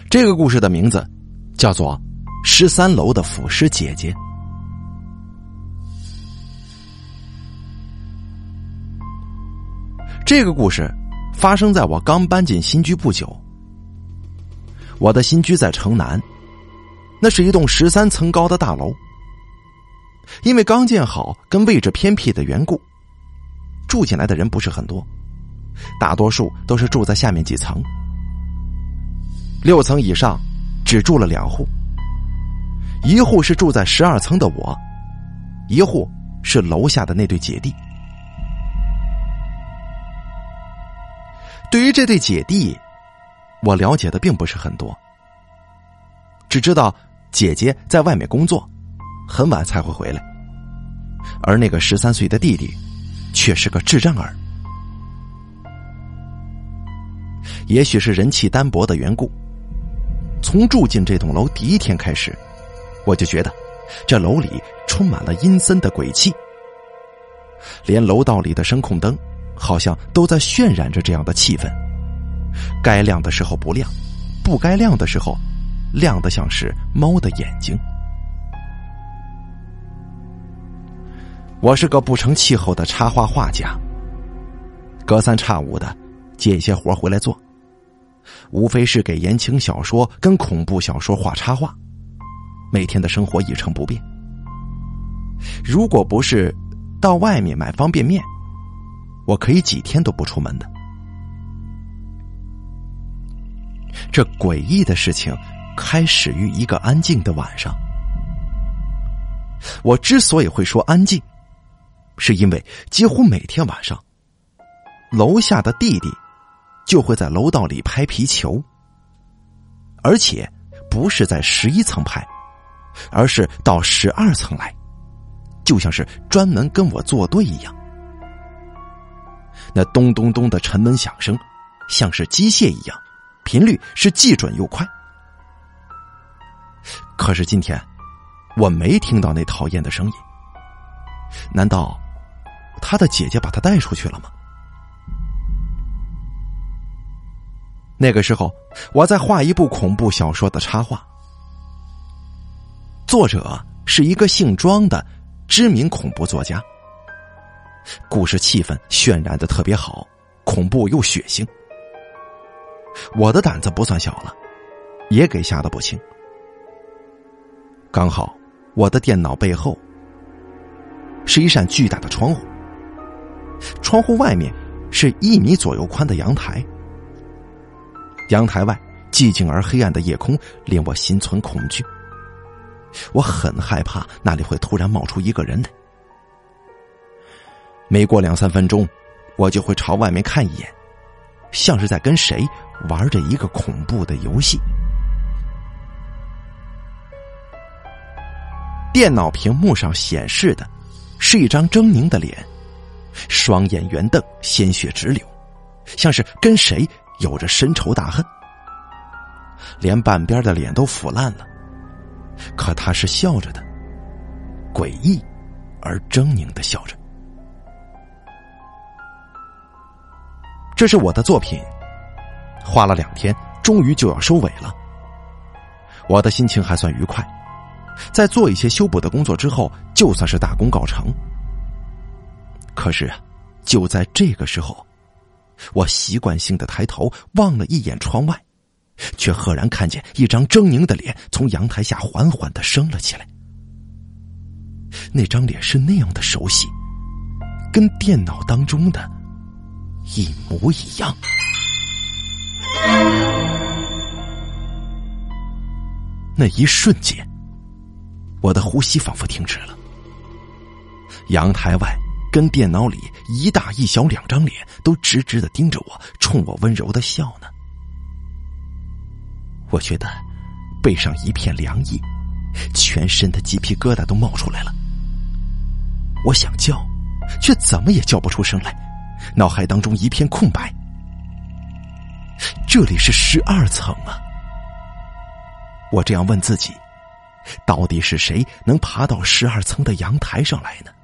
这个故事的名字叫做13楼的腐尸姐姐。这个故事发生在我刚搬进新居不久。我的新居在城南，那是一栋13层高的大楼。因为刚建好跟位置偏僻的缘故，住进来的人不是很多，大多数都是住在下面几层。6层以上只住了2户，一户是住在12层的我，一户是楼下的那对姐弟。对于这对姐弟，我了解的并不是很多，只知道姐姐在外面工作，很晚才会回来，而那个13岁的弟弟却是个智障儿。也许是人气单薄的缘故，从住进这栋楼第一天开始，我就觉得这楼里充满了阴森的鬼气，连楼道里的声控灯好像都在渲染着这样的气氛，该亮的时候不亮，不该亮的时候亮得像是猫的眼睛。我是个不成气候的插画画家，隔三差五的接一些活回来做，无非是给言情小说跟恐怖小说画插画，每天的生活一成不变。如果不是到外面买方便面，我可以几天都不出门的。这诡异的事情开始于一个安静的晚上。我之所以会说安静，是因为几乎每天晚上，楼下的弟弟就会在楼道里拍皮球，而且不是在11层拍，而是到12层来，就像是专门跟我作对一样。那咚咚咚的沉闷响声像是机械一样，频率是既准又快。可是今天我没听到那讨厌的声音，难道他的姐姐把他带出去了吗？那个时候我在画一部恐怖小说的插画，作者是一个姓庄的知名恐怖作家，故事气氛渲染得特别好，恐怖又血腥。我的胆子不算小了，也给吓得不轻。刚好我的电脑背后是一扇巨大的窗户，窗户外面是1米左右宽的阳台，阳台外寂静而黑暗的夜空令我心存恐惧，我很害怕那里会突然冒出一个人来。没过2-3分钟，我就会朝外面看一眼，像是在跟谁玩着一个恐怖的游戏。电脑屏幕上显示的是一张狰狞的脸，双眼圆瞪，鲜血直流，像是跟谁有着深仇大恨，连半边的脸都腐烂了，可他是笑着的，诡异而狰狞的笑着。这是我的作品，画了2天，终于就要收尾了。我的心情还算愉快，在做一些修补的工作之后，就算是大功告成。可是就在这个时候，我习惯性的抬头望了一眼窗外，却赫然看见一张狰狞的脸从阳台下缓缓地升了起来。那张脸是那样的熟悉，跟电脑当中的一模一样。那一瞬间，我的呼吸仿佛停止了。阳台外跟电脑里一大一小2张脸都直直地盯着我，冲我温柔地笑呢。我觉得背上一片凉意，全身的鸡皮疙瘩都冒出来了。我想叫，却怎么也叫不出声来，脑海当中一片空白。这里是12层啊！我这样问自己，到底是谁能爬到12层的阳台上来呢？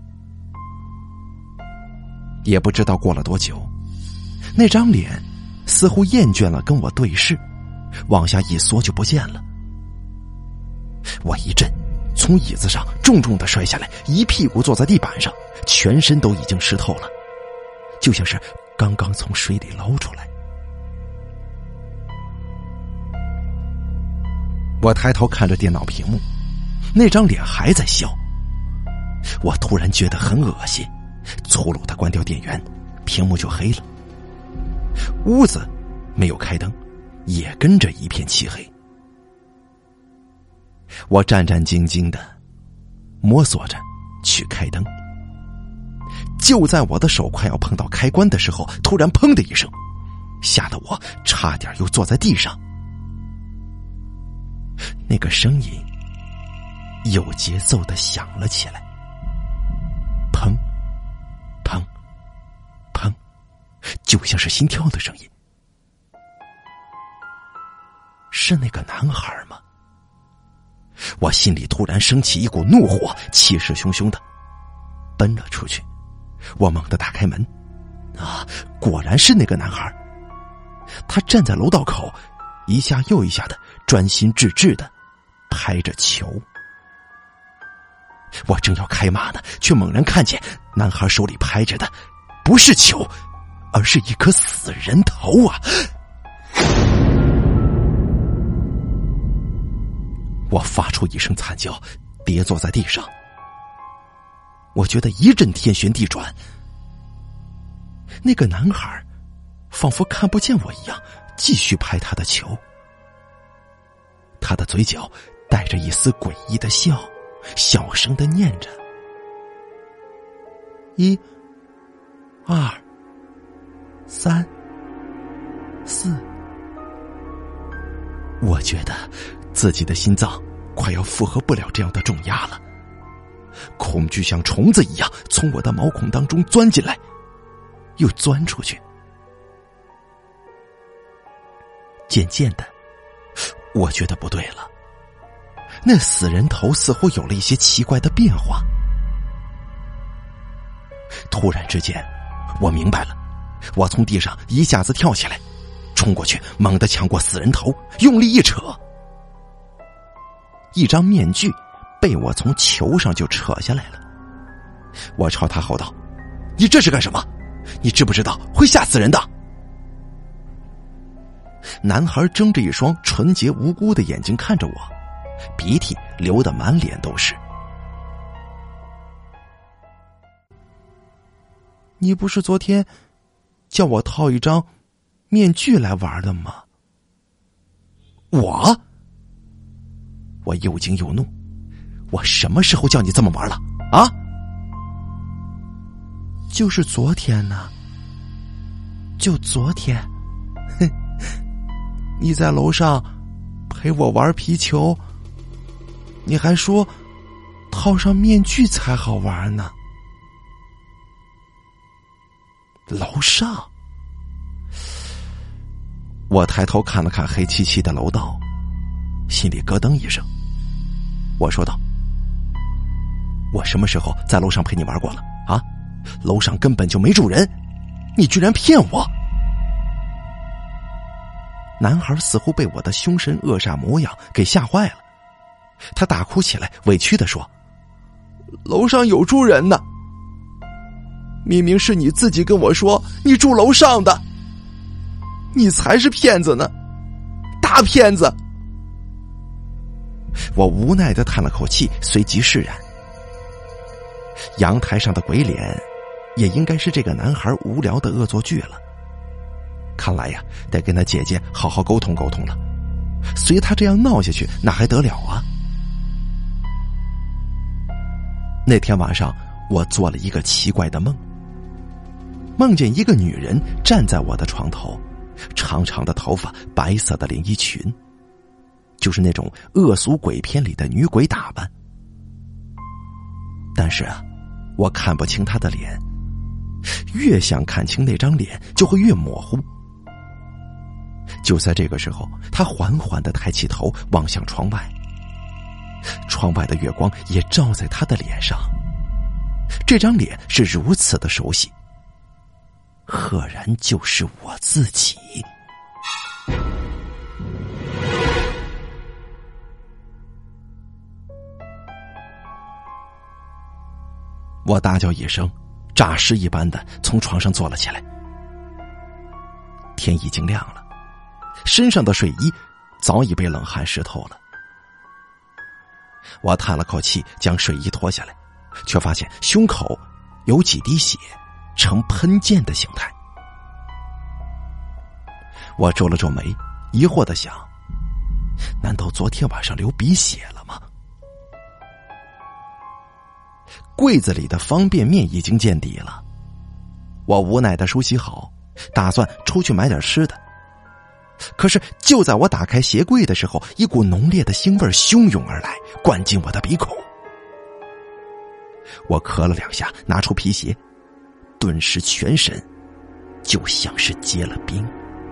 也不知道过了多久，那张脸似乎厌倦了跟我对视，往下一缩就不见了。我一震，从椅子上重重地摔下来，一屁股坐在地板上，全身都已经湿透了，就像是刚刚从水里捞出来。我抬头看着电脑屏幕，那张脸还在笑。我突然觉得很恶心，粗鲁地关掉电源，屏幕就黑了。屋子没有开灯，也跟着一片漆黑。我战战兢兢地摸索着去开灯，就在我的手快要碰到开关的时候，突然砰的一声，吓得我差点又坐在地上。那个声音有节奏地响了起来，砰砰砰，就像是心跳的声音。是那个男孩吗？我心里突然升起一股怒火，气势汹汹的奔了出去。我猛地打开门，果然是那个男孩。他站在楼道口，一下又一下的专心致志的拍着球。我正要开骂呢，却猛然看见男孩手里拍着的不是球，而是一颗死人头啊！我发出一声惨叫，跌坐在地上。我觉得一阵天旋地转，那个男孩仿佛看不见我一样，继续拍他的球。他的嘴角带着一丝诡异的笑，小声的念着1、2、3、4。我觉得自己的心脏快要负荷不了这样的重压了，恐惧像虫子一样从我的毛孔当中钻进来，又钻出去。渐渐的，我觉得不对了，那死人头似乎有了一些奇怪的变化。突然之间，我明白了，我从地上一下子跳起来，冲过去，猛地抢过死人头，用力一扯，一张面具被我从球上就扯下来了。我朝他吼道：“你这是干什么？你知不知道会吓死人的？”男孩睁着一双纯洁无辜的眼睛看着我，鼻涕流得满脸都是。你不是昨天叫我套一张面具来玩的吗？我又惊又怒，我什么时候叫你这么玩了啊？就是昨天呢，就昨天，哼，你在楼上陪我玩皮球，你还说套上面具才好玩呢。楼上，我抬头看了看黑漆漆的楼道，心里咯噔一声。我说道：“我什么时候在楼上陪你玩过了啊？楼上根本就没住人，你居然骗我！”男孩似乎被我的凶神恶煞模样给吓坏了，他大哭起来，委屈地说：“楼上有住人呢，明明是你自己跟我说你住楼上的，你才是骗子呢，大骗子！”我无奈地叹了口气，随即释然。阳台上的鬼脸也应该是这个男孩无聊的恶作剧了，看来呀，得跟他姐姐好好沟通沟通了，随他这样闹下去那还得了啊。那天晚上我做了一个奇怪的梦，梦见一个女人站在我的床头，长长的头发，白色的连衣裙，就是那种恶俗鬼片里的女鬼打扮。但是啊，我看不清她的脸，越想看清那张脸就会越模糊。就在这个时候，她缓缓地抬起头望向窗外，窗外的月光也照在她的脸上，这张脸是如此的熟悉，赫然就是我自己。 我大叫一声，诈尸一般的从床上坐了起来。天已经亮了，身上的睡衣早已被冷汗湿透了。我叹了口气，将睡衣脱下来，却发现胸口有几滴血，呈喷溅的形态。我皱了皱眉，疑惑地想，难道昨天晚上流鼻血了吗？柜子里的方便面已经见底了，我无奈地梳洗好，打算出去买点吃的。可是就在我打开鞋柜的时候，一股浓烈的腥味汹涌而来，灌进我的鼻孔。我咳了2下，拿出皮鞋，顿时全身就像是结了冰。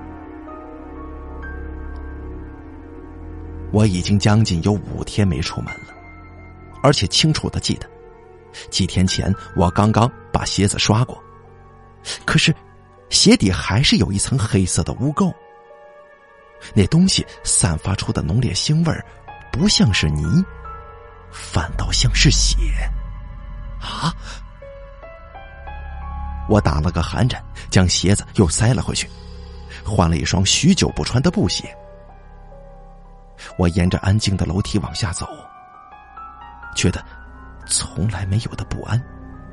我已经将近有5天没出门了，而且清楚地记得几天前我刚刚把鞋子刷过，可是鞋底还是有一层黑色的污垢。那东西散发出的浓烈腥味不像是泥，反倒像是血啊！我打了个寒颤，将鞋子又塞了回去，换了一双许久不穿的布鞋。我沿着安静的楼梯往下走，觉得从来没有的不安。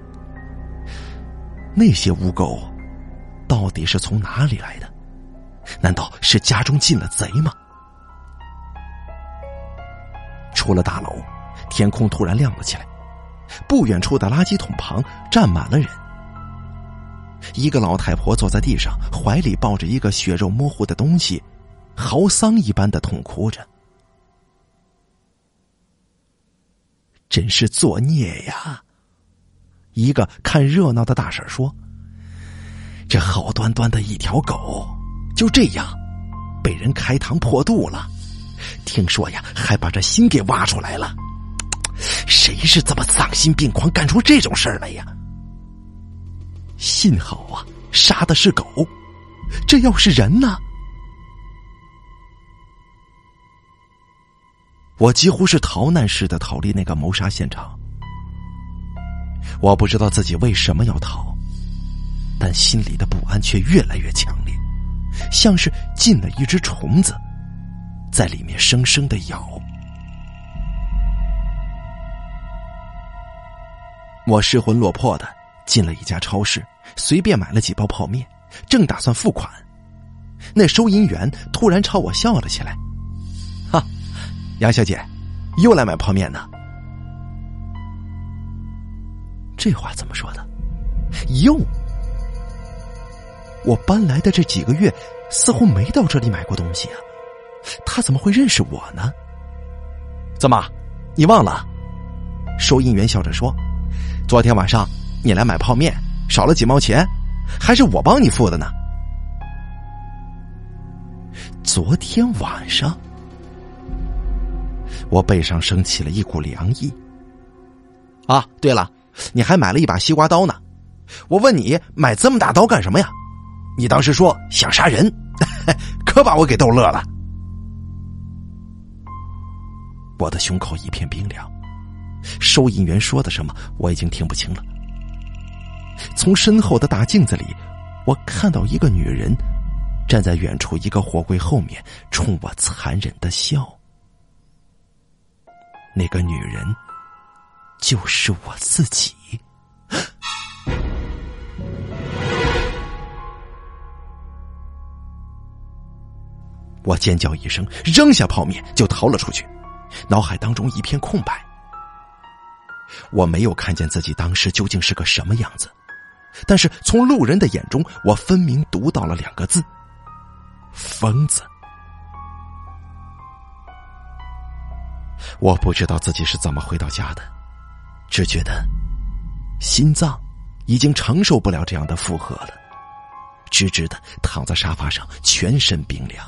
那些污垢到底是从哪里来的？难道是家中进了贼吗？出了大楼，天空突然亮了起来，不远处的垃圾桶旁站满了人。一个老太婆坐在地上，怀里抱着一个血肉模糊的东西，嚎丧一般的痛哭着。真是作孽呀！一个看热闹的大婶说，这好端端的一条狗就这样被人开膛破肚了，听说呀还把这心给挖出来了，谁是这么丧心病狂干出这种事儿来呀？幸好啊杀的是狗，这要是人呢？我几乎是逃难似的逃离那个谋杀现场。我不知道自己为什么要逃，但心里的不安却越来越强烈，像是进了一只虫子，在里面生生的咬。我失魂落魄的进了一家超市，随便买了几包泡面，正打算付款，那收银员突然朝我笑了起来，哈，杨小姐又来买泡面呢。这话怎么说的？又？我搬来的这几个月似乎没到这里买过东西啊，他怎么会认识我呢？怎么，你忘了？收银员笑着说，昨天晚上你来买泡面少了几毛钱，还是我帮你付的呢。昨天晚上，我背上升起了一股凉意。啊，对了，你还买了一把西瓜刀呢，我问你买这么大刀干什么呀？你当时说想杀人，可把我给逗乐了。我的胸口一片冰凉，收银员说的什么我已经听不清了。从身后的大镜子里，我看到一个女人站在远处一个货柜后面，冲我残忍的笑。那个女人就是我自己。我尖叫一声，扔下泡面就逃了出去，脑海当中一片空白。我没有看见自己当时究竟是个什么样子，但是从路人的眼中，我分明读到了2个字：疯子。我不知道自己是怎么回到家的，只觉得心脏已经承受不了这样的负荷了，直直的躺在沙发上，全身冰凉。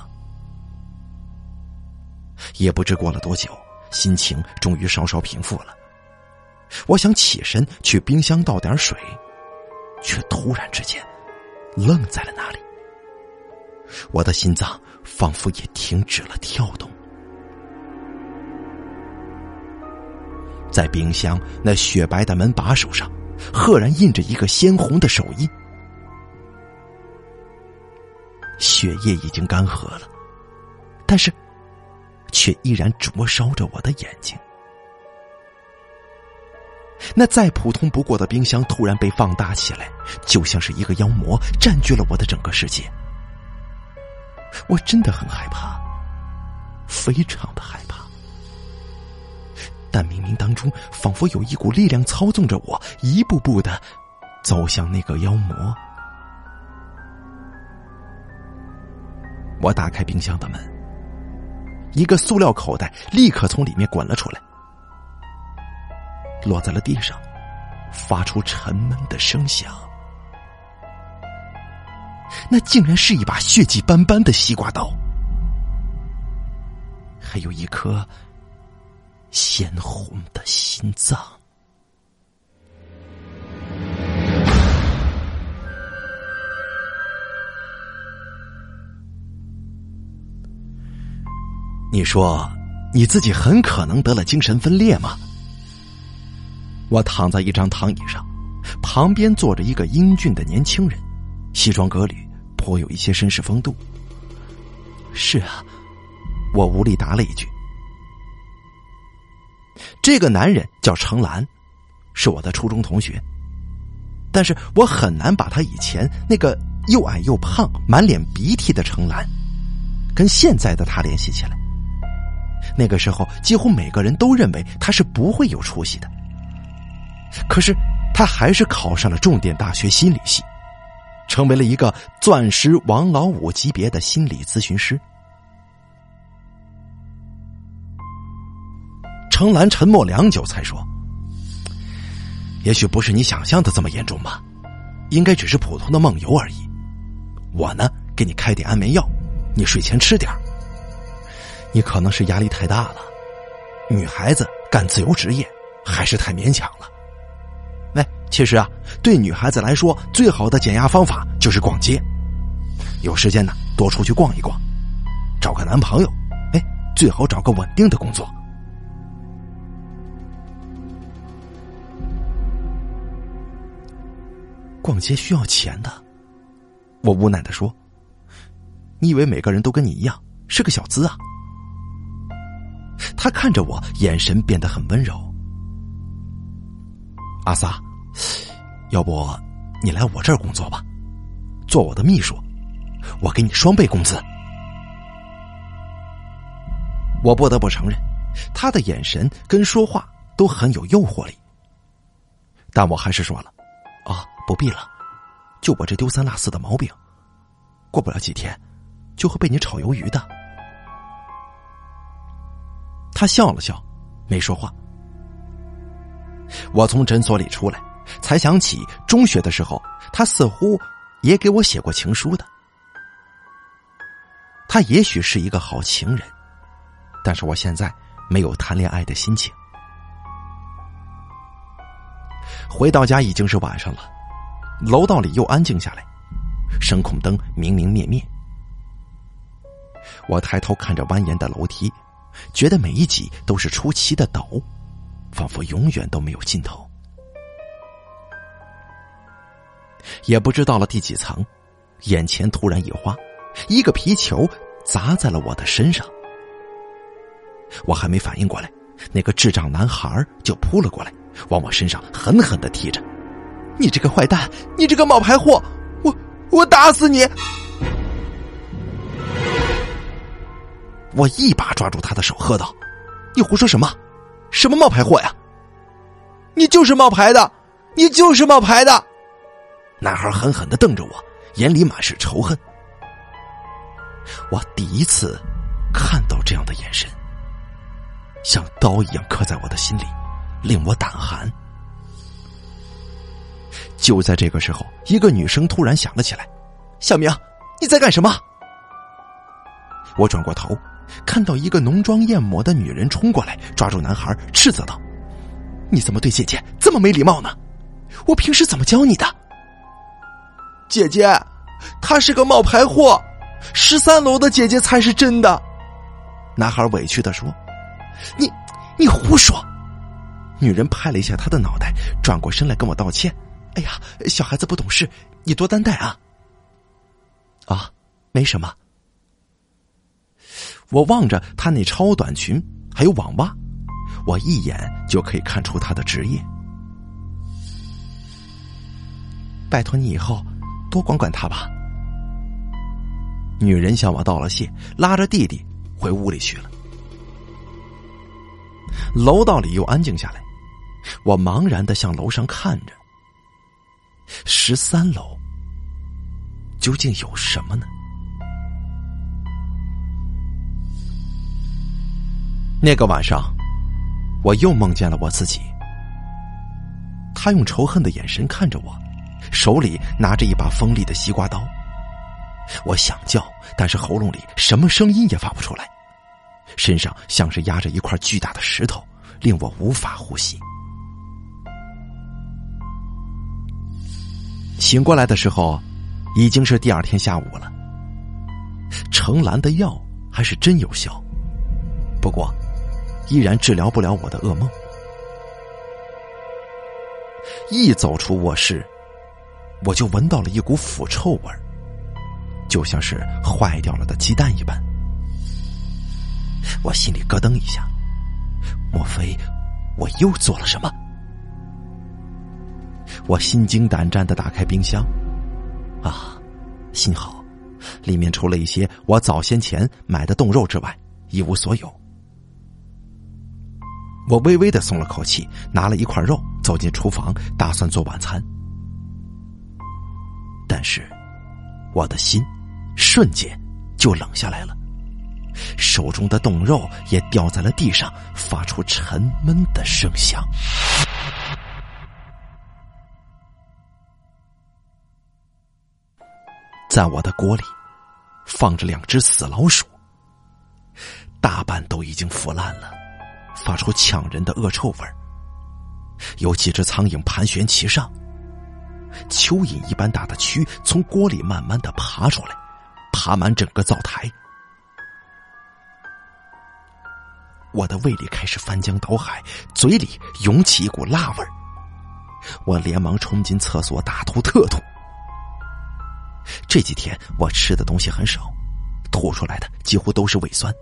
也不知过了多久，心情终于稍稍平复了。我想起身去冰箱倒点水，却突然之间愣在了那里。我的心脏仿佛也停止了跳动。在冰箱那雪白的门把手上赫然印着一个鲜红的手印。血液已经干涸了，但是却依然灼烧着我的眼睛。那再普通不过的冰箱突然被放大起来，就像是一个妖魔占据了我的整个世界。我真的很害怕，非常的害怕。但冥冥当中仿佛有一股力量操纵着我，一步步的走向那个妖魔。我打开冰箱的门，一个塑料口袋立刻从里面滚了出来，落在了地上，发出沉闷的声响。那竟然是一把血迹斑斑的西瓜刀，还有一颗鲜红的心脏。你说你自己很可能得了精神分裂吗？我躺在一张躺椅上，旁边坐着一个英俊的年轻人，西装革履，颇有一些绅士风度。是啊，我无力答了一句。这个男人叫程兰，是我的初中同学，但是我很难把他以前那个又矮又胖满脸鼻涕的程兰跟现在的他联系起来。那个时候几乎每个人都认为他是不会有出息的，可是他还是考上了重点大学心理系，成为了一个钻石王老五级别的心理咨询师。程兰沉默良久才说，也许不是你想象的这么严重吧，应该只是普通的梦游而已。我呢，给你开点安眠药，你睡前吃点。你可能是压力太大了，女孩子干自由职业还是太勉强了。其实啊，对女孩子来说，最好的减压方法就是逛街。有时间呢，多出去逛一逛，找个男朋友，最好找个稳定的工作。逛街需要钱的，我无奈地说。你以为每个人都跟你一样是个小资啊？他看着我，眼神变得很温柔。阿萨，要不你来我这儿工作吧，做我的秘书，我给你双倍工资。我不得不承认，他的眼神跟说话都很有诱惑力，但我还是说了，不必了，就我这丢三落四的毛病，过不了几天就会被你炒鱿鱼的。他笑了笑，没说话。我从诊所里出来，才想起中学的时候他似乎也给我写过情书的。他也许是一个好情人，但是我现在没有谈恋爱的心情。回到家已经是晚上了，楼道里又安静下来，声控灯明明灭灭。我抬头看着蜿蜒的楼梯，觉得每一级都是出奇的陡，仿佛永远都没有尽头。也不知到了第几层，眼前突然一花，一个皮球砸在了我的身上。我还没反应过来，那个智障男孩就扑了过来，往我身上狠狠地踢着。你这个坏蛋，你这个冒牌货，我打死你！我一把抓住他的手，喝道：你胡说什么？什么冒牌货呀？你就是冒牌的，你就是冒牌的！男孩狠狠地瞪着我，眼里满是仇恨。我第一次看到这样的眼神，像刀一样刻在我的心里，令我胆寒。就在这个时候，一个女声突然响了起来：小明，你在干什么？我转过头，看到一个浓妆艳抹的女人冲过来，抓住男孩斥责道：你怎么对姐姐这么没礼貌呢？我平时怎么教你的？姐姐，她是个冒牌货，13楼的姐姐才是真的。男孩委屈地说：你胡说， 女人拍了一下他的脑袋，转过身来跟我道歉：“哎呀，小孩子不懂事，你多担待啊。”“啊，没什么。”我望着她那超短裙还有网袜，我一眼就可以看出她的职业。“拜托你以后多管管她吧。”女人向我道了谢，拉着弟弟回屋里去了。楼道里又安静下来，我茫然地向楼上看着。13楼究竟有什么呢？那个晚上，我又梦见了我自己。他用仇恨的眼神看着我，手里拿着一把锋利的西瓜刀。我想叫，但是喉咙里什么声音也发不出来，身上像是压着一块巨大的石头，令我无法呼吸。醒过来的时候，已经是第二天下午了。程兰的药还是真有效，不过依然治疗不了我的噩梦。一走出卧室，我就闻到了一股腐臭味，就像是坏掉了的鸡蛋一般。我心里咯噔一下，莫非我又做了什么？我心惊胆战地打开冰箱，幸好里面除了一些我早先前买的冻肉之外一无所有。我微微地松了口气，拿了一块肉走进厨房，打算做晚餐。但是我的心瞬间就冷下来了，手中的冻肉也掉在了地上，发出沉闷的声响。在我的锅里放着2只死老鼠，大半都已经腐烂了，发出呛人的恶臭味。有几只苍蝇盘旋其上，蚯蚓一般大的蛆从锅里慢慢的爬出来，爬满整个灶台。我的胃里开始翻江倒海，嘴里涌起一股辣味。我连忙冲进厕所大吐特吐。这几天我吃的东西很少，吐出来的几乎都是胃酸。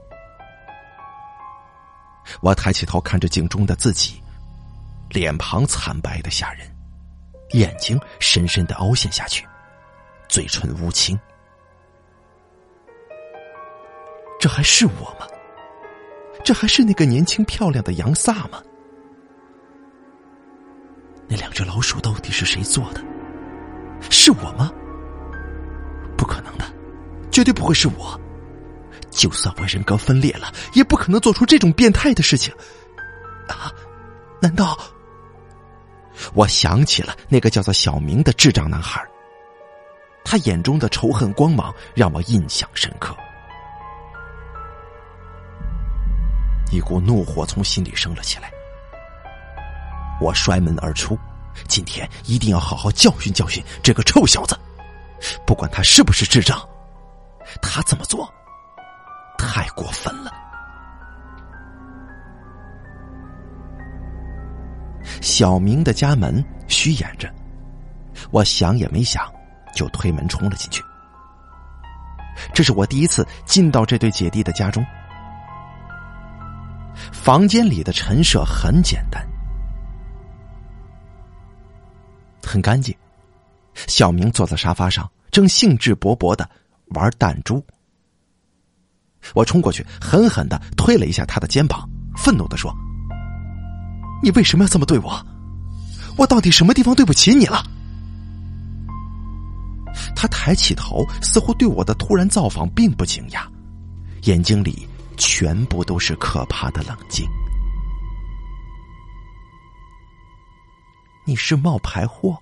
我抬起头看着镜中的自己，脸庞惨白的吓人，眼睛深深的凹陷下去，嘴唇乌青。这还是我吗？这还是那个年轻漂亮的杨飒吗？那2只老鼠到底是谁做的？是我吗？不可能的，绝对不会是我。就算我人格分裂了，也不可能做出这种变态的事情。难道……我想起了那个叫做小明的智障男孩，他眼中的仇恨光芒让我印象深刻。一股怒火从心里升了起来，我摔门而出，今天一定要好好教训教训这个臭小子，不管他是不是智障，他这么做太过分了。小明的家门虚掩着，我想也没想就推门冲了进去。这是我第一次进到这对姐弟的家中。房间里的陈设很简单，很干净。小明坐在沙发上，正兴致勃勃地玩弹珠。我冲过去狠狠地推了一下他的肩膀，愤怒地说：“你为什么要这么对我？我到底什么地方对不起你了？”他抬起头，似乎对我的突然造访并不惊讶，眼睛里全部都是可怕的冷静。你是冒牌货，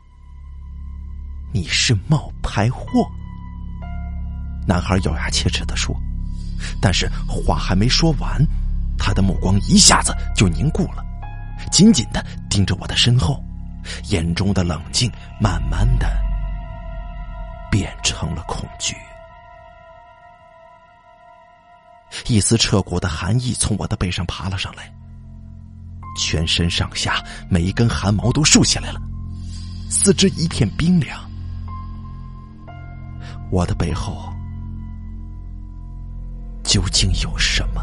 你是冒牌货。男孩咬牙切齿地说，但是话还没说完，他的目光一下子就凝固了，紧紧地盯着我的身后，眼中的冷静慢慢地变成了恐惧。一丝彻骨的寒意从我的背上爬了上来， 全身上下每一根汗毛都竖起来了，四肢一片冰凉。我的背后究竟有什么？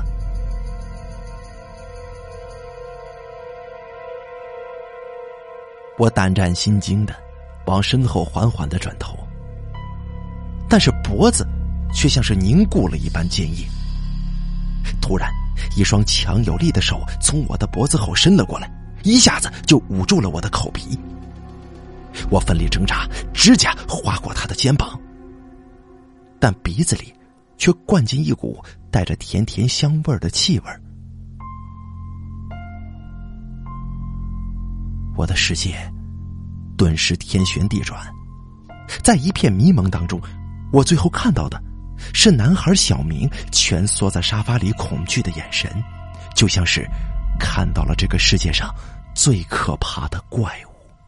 我胆战心惊的往身后缓缓的转头，但是脖子却像是凝固了一般坚硬。突然，一双强有力的手从我的脖子后伸了过来，一下子就捂住了我的口鼻。我奋力挣扎，指甲划过他的肩膀，但鼻子里却灌进一股带着甜甜香味的气味。我的世界顿时天旋地转，在一片迷蒙当中，我最后看到的是男孩小明蜷缩在沙发里恐惧的眼神，就像是看到了这个世界上最可怕的怪物。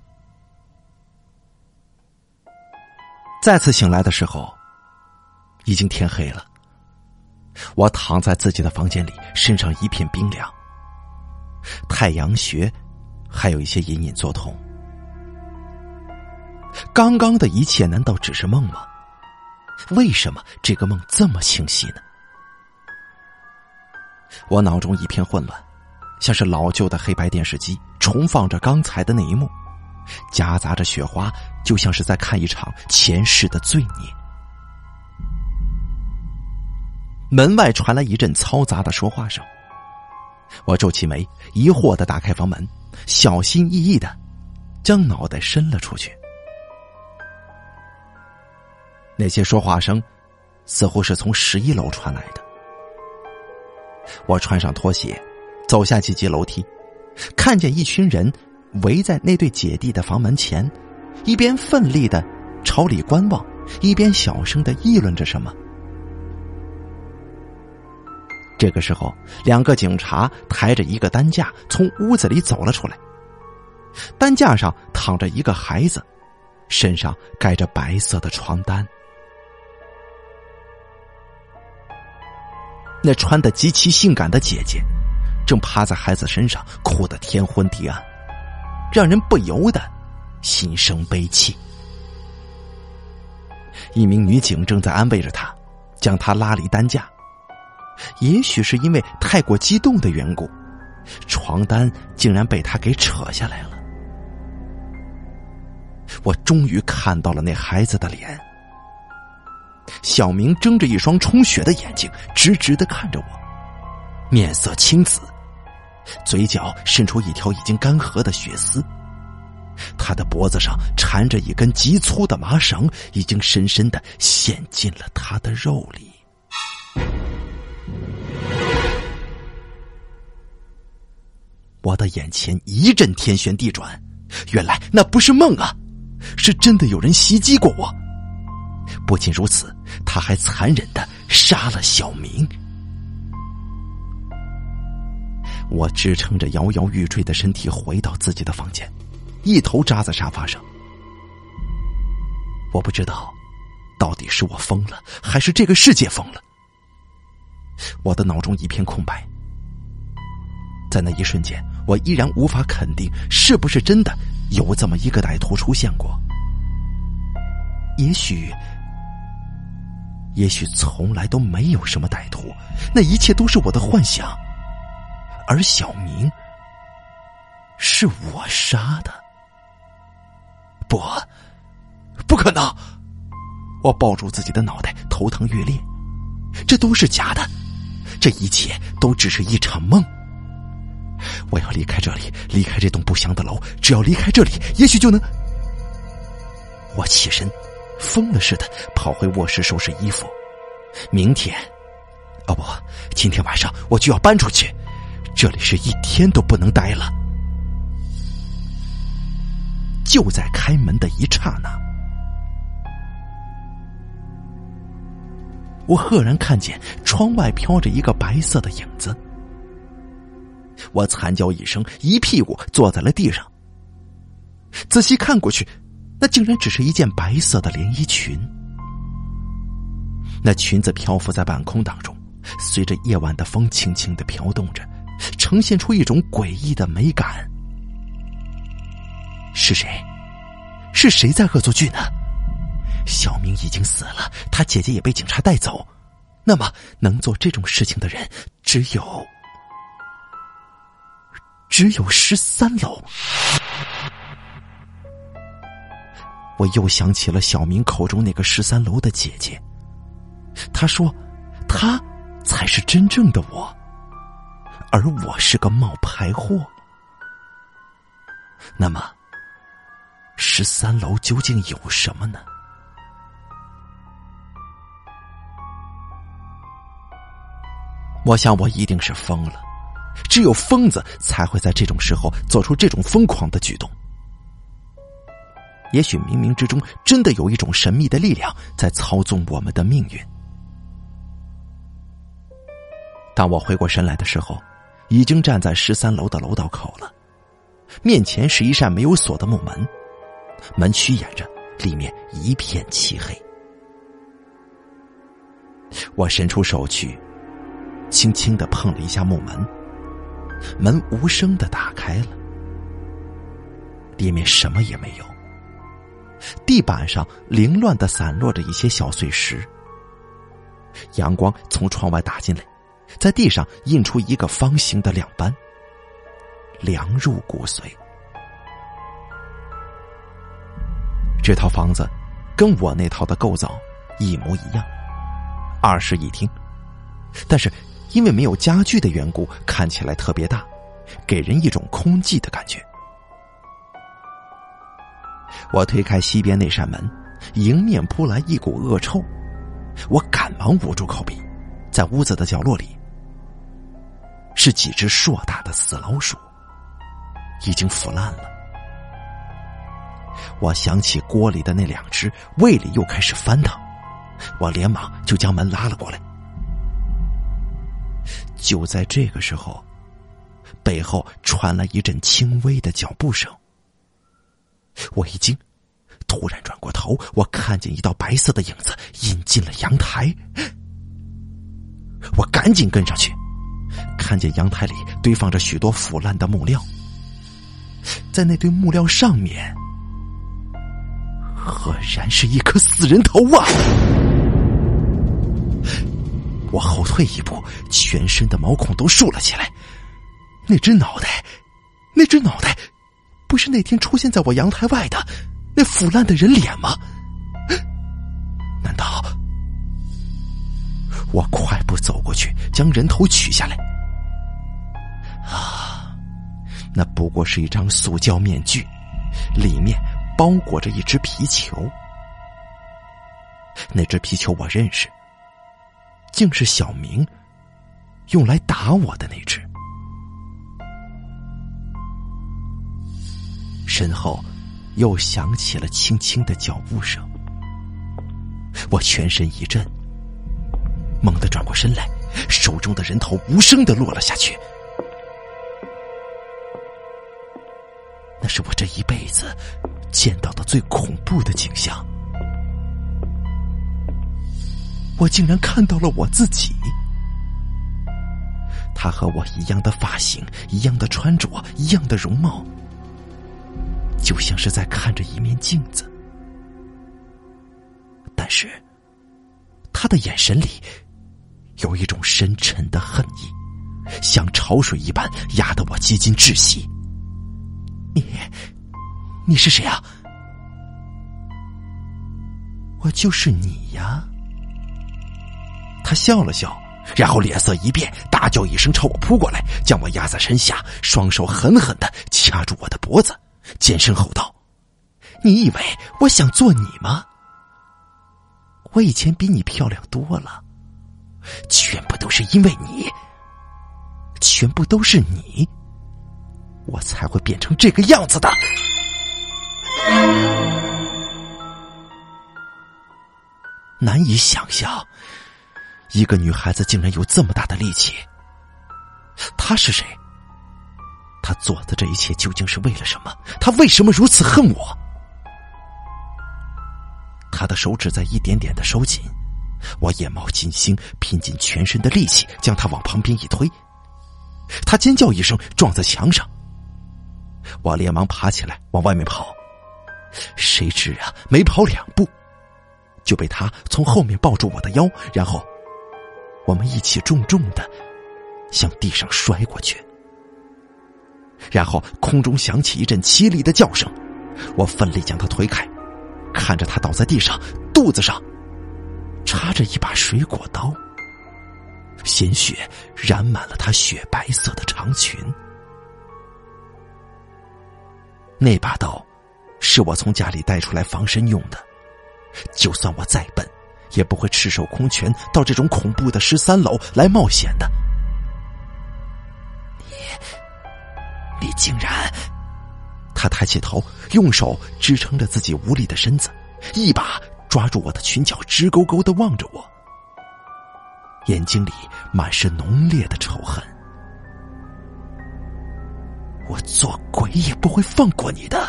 再次醒来的时候，已经天黑了。我躺在自己的房间里，身上一片冰凉，太阳穴还有一些隐隐作痛。刚刚的一切难道只是梦吗？为什么这个梦这么清晰呢？我脑中一片混乱，像是老旧的黑白电视机重放着刚才的那一幕，夹杂着雪花，就像是在看一场前世的罪孽。门外传来一阵嘈杂的说话声，我皱起眉，疑惑地打开房门，小心翼翼地将脑袋伸了出去。那些说话声似乎是从11楼传来的。我穿上拖鞋，走下几级楼梯，看见一群人围在那对姐弟的房门前，一边奋力地朝里观望，一边小声地议论着什么。这个时候，2个警察抬着一个担架从屋子里走了出来，担架上躺着一个孩子，身上盖着白色的床单。那穿得极其性感的姐姐正趴在孩子身上，哭得天昏地暗，让人不由得心生悲戚。一名女警正在安慰着她，将她拉离担架。也许是因为太过激动的缘故，床单竟然被她给扯下来了。我终于看到了那孩子的脸。小明睁着一双充血的眼睛，直直地看着我，面色青紫，嘴角伸出一条已经干涸的血丝。他的脖子上缠着一根极粗的麻绳，已经深深地陷进了他的肉里。我的眼前一阵天旋地转，原来那不是梦啊，是真的有人袭击过我。不仅如此，他还残忍地杀了小明。我支撑着摇摇欲坠的身体回到自己的房间，一头扎在沙发上。我不知道到底是我疯了，还是这个世界疯了。我的脑中一片空白，在那一瞬间，我依然无法肯定是不是真的有这么一个歹徒出现过。也许从来都没有什么歹徒，那一切都是我的幻想，而小明是我杀的。不可能！我抱住自己的脑袋，头疼欲裂。这都是假的，这一切都只是一场梦。我要离开这里，离开这栋不祥的楼，只要离开这里，也许就能……我起身，疯了似的跑回卧室收拾衣服。明天，今天晚上我就要搬出去，这里是一天都不能待了。就在开门的一刹那，我赫然看见窗外飘着一个白色的影子。我惨叫一声，一屁股坐在了地上。仔细看过去，那竟然只是一件白色的连衣裙。那裙子漂浮在半空当中，随着夜晚的风轻轻地飘动着， 呈现出一种诡异的美感。是谁？是谁在恶作剧呢？小明已经死了，他姐姐也被警察带走，那么能做这种事情的人只有13楼。我又想起了小明口中那个13楼的姐姐，她说她才是真正的我，而我是个冒牌货。那么13楼究竟有什么呢？我想我一定是疯了，只有疯子才会在这种时候做出这种疯狂的举动。也许冥冥之中真的有一种神秘的力量在操纵我们的命运。当我回过神来的时候，已经站在13楼的楼道口了，面前是一扇没有锁的木门，门虚掩着，里面一片漆黑。我伸出手去，轻轻地碰了一下木门，门无声地打开了，里面什么也没有。地板上凌乱地散落着一些小碎石，阳光从窗外打进来，在地上印出一个方形的亮斑，凉入骨髓。这套房子跟我那套的构造一模一样，2室1厅，但是因为没有家具的缘故，看起来特别大，给人一种空寂的感觉。我推开西边那扇门，迎面扑来一股恶臭，我赶忙捂住口鼻。在屋子的角落里，是几只硕大的死老鼠，已经腐烂了。我想起锅里的那2只，胃里又开始翻腾，我连忙就将门拉了过来。就在这个时候，背后传来一阵轻微的脚步声。我一惊，突然转过头，我看见一道白色的影子引进了阳台。我赶紧跟上去，看见阳台里堆放着许多腐烂的木料，在那堆木料上面，赫然是一颗死人头啊！我后退一步，全身的毛孔都竖了起来。那只脑袋不是那天出现在我阳台外的那腐烂的人脸吗？难道……我快步走过去，将人头取下来。啊，那不过是一张塑胶面具，里面包裹着一只皮球。那只皮球我认识，竟是小明用来打我的那只。身后又响起了轻轻的脚步声，我全身一震，猛地转过身来，手中的人头无声地落了下去。那是我这一辈子见到的最恐怖的景象。我竟然看到了我自己，他和我一样的发型，一样的穿着，一样的容貌，就像是在看着一面镜子。但是他的眼神里有一种深沉的恨意，像潮水一般压得我几近窒息。你是谁啊？我就是你呀。他笑了笑，然后脸色一变，大叫一声朝我扑过来，将我压在身下，双手狠狠地掐住我的脖子，尖声吼道：你以为我想做你吗？我以前比你漂亮多了，全部都是因为你，全部都是你，我才会变成这个样子的。难以想象，一个女孩子竟然有这么大的力气。她是谁？她做的这一切究竟是为了什么？她为什么如此恨我？她的手指在一点点的收紧，我眼冒金星，拼尽全身的力气将她往旁边一推。 他尖叫一声撞在墙上，我连忙爬起来往外面跑，谁知啊，没跑2步就被他从后面抱住我的腰，然后我们一起重重的向地上摔过去。然后空中响起一阵凄厉的叫声，我奋力将他推开，看着他倒在地上，肚子上插着一把水果刀，鲜血染满了他雪白色的长裙。那把刀是我从家里带出来防身用的，就算我再笨，也不会赤手空拳到这种恐怖的13楼来冒险的。你竟然……他抬起头，用手支撑着自己无力的身子，一把抓住我的裙角，直勾勾地望着我，眼睛里满是浓烈的仇恨。我做鬼也不会放过你的。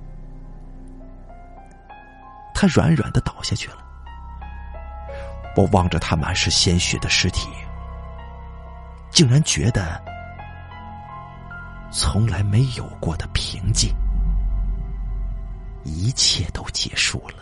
他软软地倒下去了。我望着他满是鲜血的尸体，竟然觉得从来没有过的平静，一切都结束了。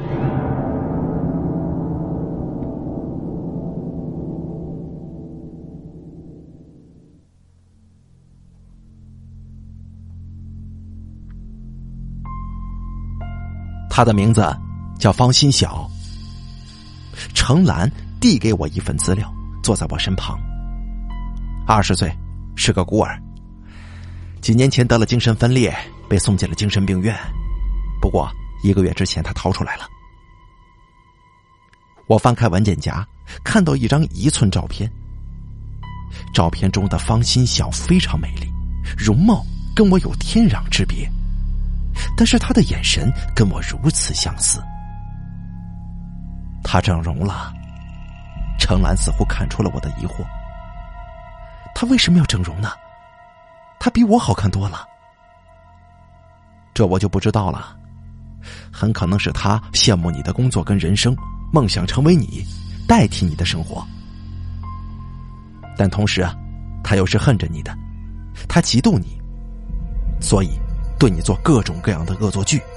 他的名字叫方心晓。程兰递给我一份资料，坐在我身旁。20岁，是个孤儿，几年前得了精神分裂，被送进了精神病院。不过1个月之前他逃出来了。我翻开文件夹，看到一张1寸照片。照片中的方心晓非常美丽，容貌跟我有天壤之别，但是她的眼神跟我如此相似。她整容了。程兰似乎看出了我的疑惑，她为什么要整容呢？她比我好看多了。这我就不知道了，很可能是她羡慕你的工作跟人生，梦想成为你，代替你的生活。但同时啊，她又是恨着你的，她嫉妒你，所以对你做各种各样的恶作剧。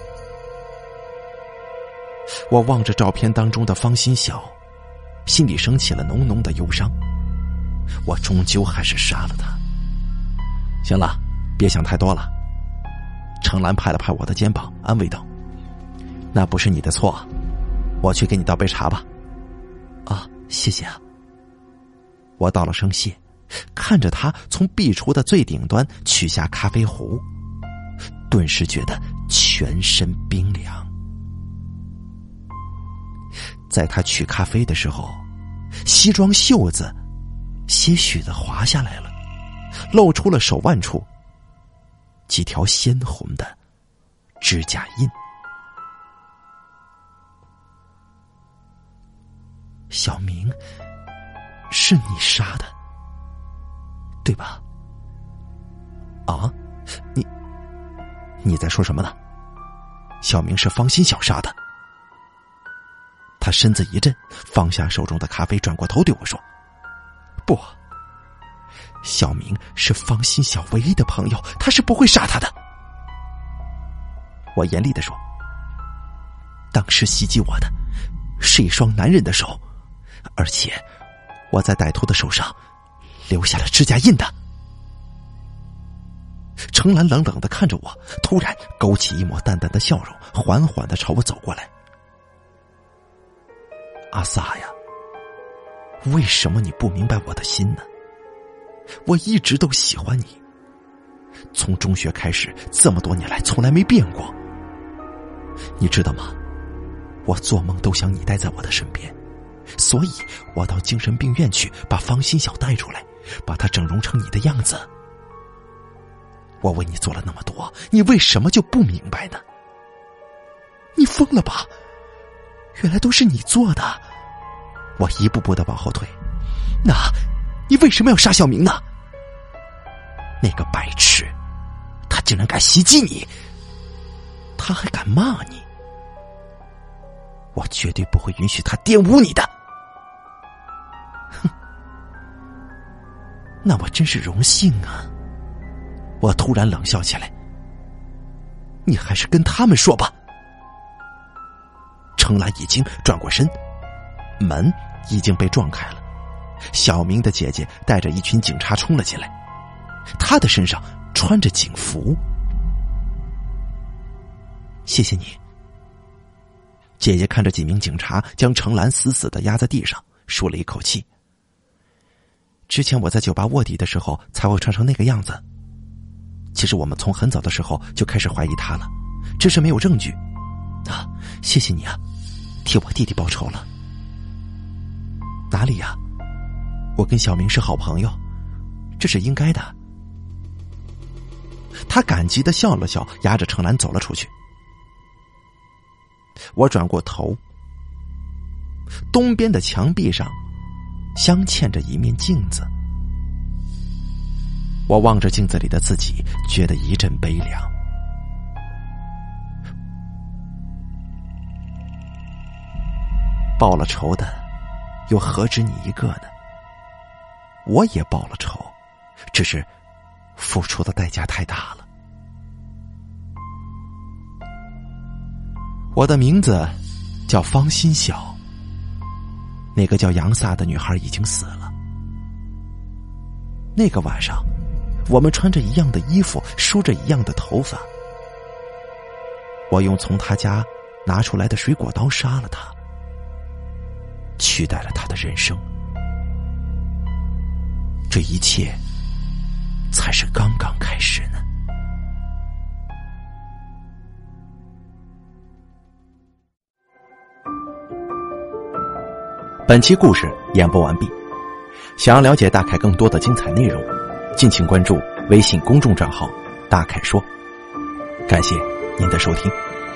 我望着照片当中的方心晓，心里升起了浓浓的忧伤。我终究还是杀了他。行了，别想太多了。程兰拍了拍我的肩膀，安慰道：“那不是你的错，我去给你倒杯茶吧。”啊，谢谢啊。我道了声谢，看着他从壁橱的最顶端取下咖啡壶，顿时觉得全身冰凉。在他取咖啡的时候，西装袖子些许的滑下来了，露出了手腕处几条鲜红的指甲印。小明，是你杀的，对吧？啊，你在说什么呢？小明是方心晓杀的。他身子一震，放下手中的咖啡，转过头对我说：“不，小明是方心晓唯一的朋友，他是不会杀他的。”我严厉地说：“当时袭击我的是一双男人的手，而且我在歹徒的手上留下了指甲印的。”程兰冷冷地看着我，突然勾起一抹淡淡的笑容，缓缓地朝我走过来。阿萨呀，为什么你不明白我的心呢？我一直都喜欢你，从中学开始，这么多年来从来没变过。你知道吗？我做梦都想你待在我的身边，所以我到精神病院去把方心晓带出来，把她整容成你的样子。我为你做了那么多，你为什么就不明白呢？你疯了吧？原来都是你做的。我一步步的往后退。那你为什么要杀小明呢？那个白痴，他竟然敢袭击你，他还敢骂你，我绝对不会允许他玷污你的。哼！ 那我真是荣幸啊。我突然冷笑起来。你还是跟他们说吧。程兰一惊，转过身，门已经被撞开了。小明的姐姐带着一群警察冲了进来，她的身上穿着警服。谢谢你。姐姐看着几名警察将程兰死死地压在地上，舒了一口气。之前我在酒吧卧底的时候才会穿成那个样子。其实我们从很早的时候就开始怀疑他了，只是没有证据。啊，谢谢你啊，替我弟弟报仇了。哪里呀？我跟小明是好朋友，这是应该的。他感激地笑了笑，压着程兰走了出去。我转过头，东边的墙壁上镶嵌着一面镜子。我望着镜子里的自己，觉得一阵悲凉。报了仇的又何止你一个呢？我也报了仇，只是付出的代价太大了。我的名字叫方心晓，那个叫杨萨的女孩已经死了。那个晚上，我们穿着一样的衣服，梳着一样的头发。我用从她家拿出来的水果刀杀了她，取代了她的人生。这一切才是刚刚开始呢。本期故事演播完毕。想要了解大凯更多的精彩内容，敬请关注微信公众账号大凯说。感谢您的收听。